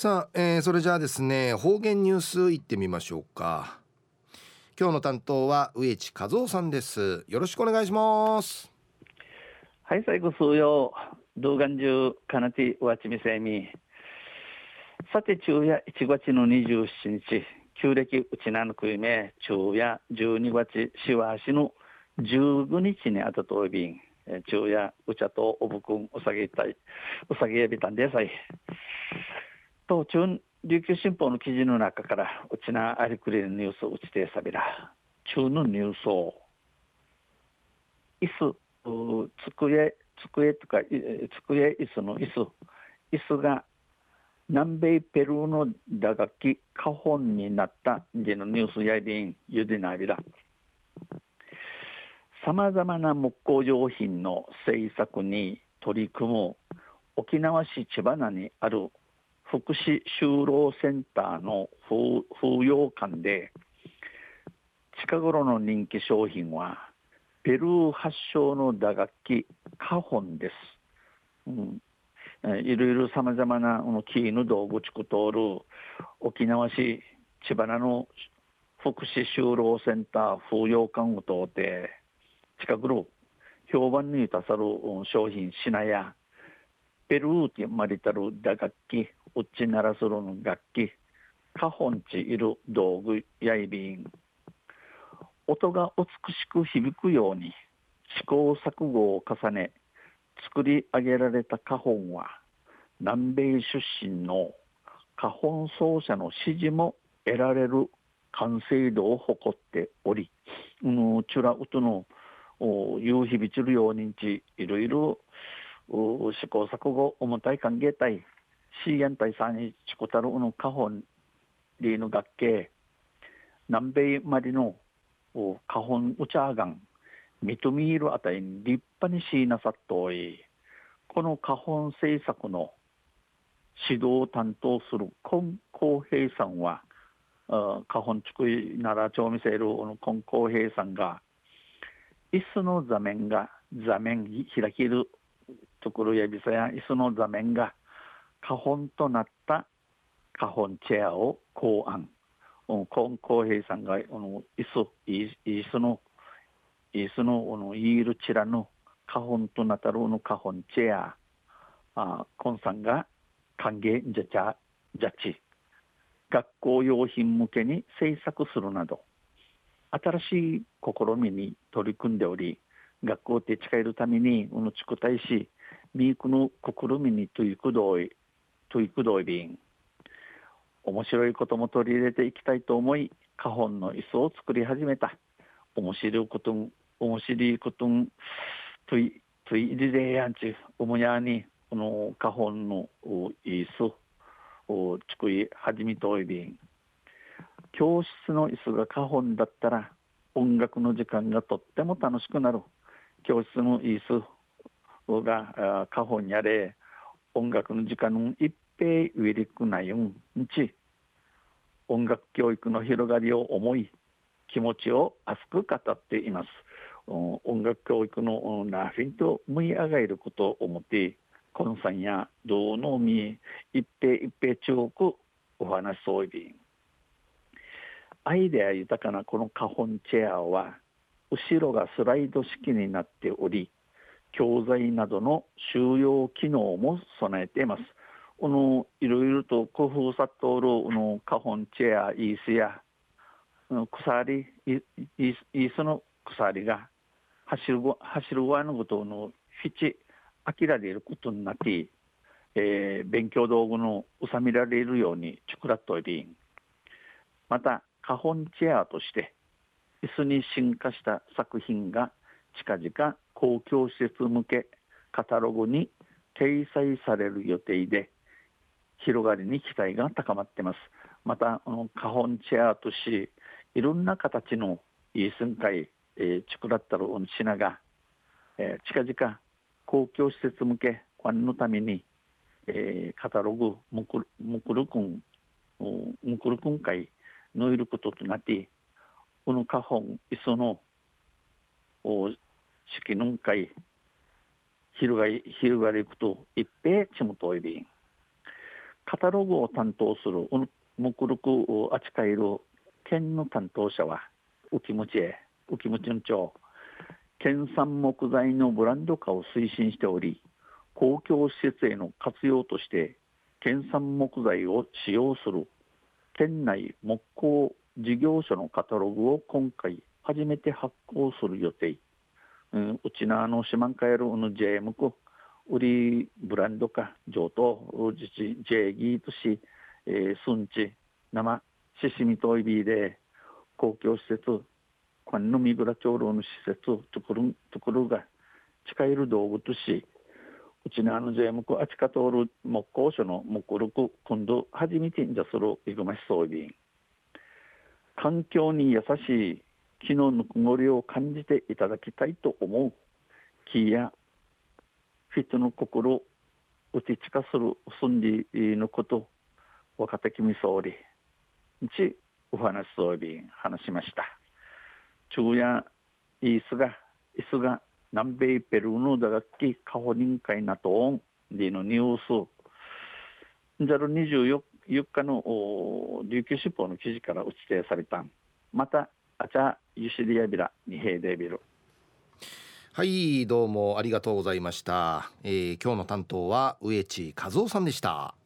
さあ、それじゃあですね、方言ニュースいってみましょうか。今日の担当は植地和夫さんです。よろしくお願いします。 はい、最後数曜、動画中、かなてわちみせみ。さて、昼夜1月の27日、旧暦うちなのくいめ、昼夜12月しわしの15日にあたといびん、昼夜うちゃとおぶくん、うさぎたい、うさぎやびたんでさい。と、中、琉球新報の記事の中から、うちなありくりのニュースをうちてさびら。中のニュースを、椅子、机とか、机、椅子の椅子が南米ペルーの打楽器、カホンになったでのニュースやりん、ゆでなびら。さまざまな木工用品の製作に取り組む沖縄市千葉にある福祉就労センターの風洋館で、近頃の人気商品は、ペルー発祥の打楽器、カホンです。いろいろさまざまなキーの道具地区通る沖縄市千葉の福祉就労センター風洋館を通って近くの評判にたさる商品品やペルーティマリタル打楽器うちならする楽器カホンチいる道具やいびん音が美しく響くように試行錯誤を重ね作り上げられたカホンは南米出身のカホン奏者の支持も得られる完成度を誇っており、チュラウトの夕日びちるようにちいろいろ試行錯誤重たい歓迎隊シーエン隊さんにチコタルのカホンリーの楽器南米までのカホンウチャーガンミトミールあたりに立派にしなさっとおいこのカホン製作の指導を担当する金光平さんは、カホン地区奈良町見せる金光平さんが、椅子の座面開けるところやびさや椅子の座面がカホンとなったカホンチェアを考案。金光平さんが椅子のイールチラのカホンとなたるカホンチェコンさんが歓迎ジャッジ学校用品向けに制作するなど新しい試みに取り組んでおり学校で近えるためにちくたいしミークの試みに取り組びん面白いことも取り入れていきたいと思いカホンの椅子を作り始めた面白いことといりでやんちおもやにこのカホンの椅子を作り始めといびん教室の椅子がカホンだったら音楽の時間がとっても楽しくなる教室の椅子がカホンやれ音楽の時間の一平ウィリックなよんち音楽教育の広がりを思い気持ちを熱く語っています。音楽教育のナフィンと向い上がることを思ってコンさんや道のみ一平中国お話しそういびんアイデア豊かなこのカホンチェアは後ろがスライド式になっており教材などの収容機能も備えています。いろいろと工夫さっとおるカホンチェアイースや鎖イースの鎖が走る側のことのフィチ飽きられることになって、勉強道具の収められるように作らっといりまたカホンチェアとして椅子に進化した作品が近々公共施設向けカタログに掲載される予定で広がりに期待が高まっています。またカホンチェアとしいろんな形のいい寸会、作らったる品が、近々公共施設向けファンのために、カタログむくるくん会のいることとなってこのカホン椅子の式の会広がりいくと一平ちむといびんカタログを担当する目録を扱える県の担当者は浮き持ちの町県産木材のブランド化を推進しており、公共施設への活用として県産木材を使用する県内木工事業所のカタログを今回初めて発行する予定。うちなのしまんかやるの JM く売りブランド化上等自治 J ギーとし、すんち生ししみといびで公共施設このみぐら町路の施設を作るが近いる道具とし、うちの税目あちか通る木工所の目録今度初めてんじゃするいぐましそうびん。環境に優しい木のぬくもりを感じていただきたいと思う木や人の心うち近するすんりのこと若手きみそうりちお話そうびん話しました。昼夜イスが南米ペルーの打楽器カホニン会なとんでのニュースじゃる24日の琉球新報の記事から打ち定されたまたあちゃユシリアビラにヘイデビル。 はい、どうもありがとうございました。今日の担当は植地和夫さんでした。